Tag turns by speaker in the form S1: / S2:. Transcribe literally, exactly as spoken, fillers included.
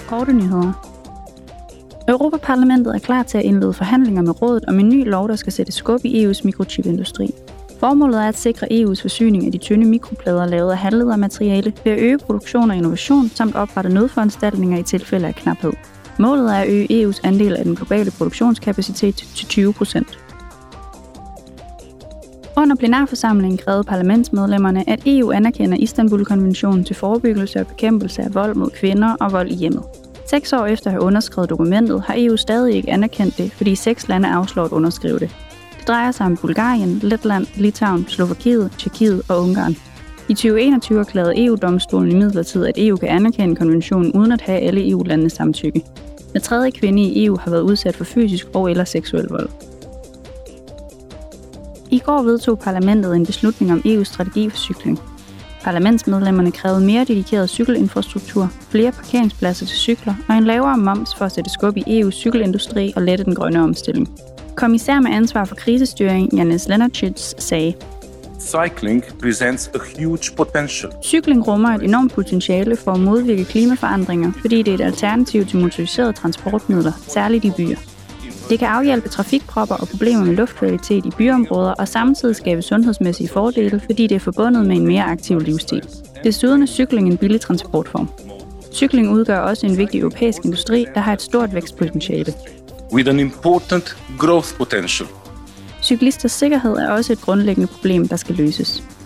S1: Korte nyheder. Europaparlamentet er klar til at indlede forhandlinger med rådet om en ny lov, der skal sætte skub i E U's mikrochipindustri. Formålet er at sikre E U's forsyning af de tynde mikroplader lavet af halvledermateriale ved at øge produktion og innovation samt oprette nødforanstaltninger i tilfælde af knaphed. Målet er at øge E U's andel af den globale produktionskapacitet til tyve procent. Under plenarforsamlingen krævede parlamentsmedlemmerne, at E U anerkender Istanbul-konventionen til forebyggelse og bekæmpelse af vold mod kvinder og vold i hjemmet. Seks år efter at have underskrevet dokumentet, har E U stadig ikke anerkendt det, fordi seks lande afslår at underskrive det. Det drejer sig om Bulgarien, Letland, Litauen, Slovakiet, Tjekkiet og Ungarn. I tyve enogtyve erklærede E U-domstolen imidlertid, at E U kan anerkende konventionen uden at have alle E U-landenes samtykke. Hver tredje kvinde i E U har været udsat for fysisk og eller seksuel vold. I går vedtog parlamentet en beslutning om E U's strategi for cykling. Parlamentsmedlemmerne krævede mere dedikeret cykelinfrastruktur, flere parkeringspladser til cykler og en lavere moms for at sætte skub i E U's cykelindustri og lette den grønne omstilling. Kommissær med ansvar for krisestyring, Janez Lenarčič, sagde:
S2: Cycling presents a huge potential.
S1: Cykling rummer et enormt potentiale for at modvirke klimaforandringer, fordi det er et alternativ til motoriserede transportmidler, særligt i byer. Det kan afhjælpe trafikpropper og problemer med luftkvalitet i byområder og samtidig skabe sundhedsmæssige fordele, fordi det er forbundet med en mere aktiv livsstil. Desuden er cykling en billig transportform. Cykling udgør også en vigtig europæisk industri, der har et stort vækstpotentiale.
S2: With an important growth potential.
S1: Cyklisters sikkerhed er også et grundlæggende problem, der skal løses.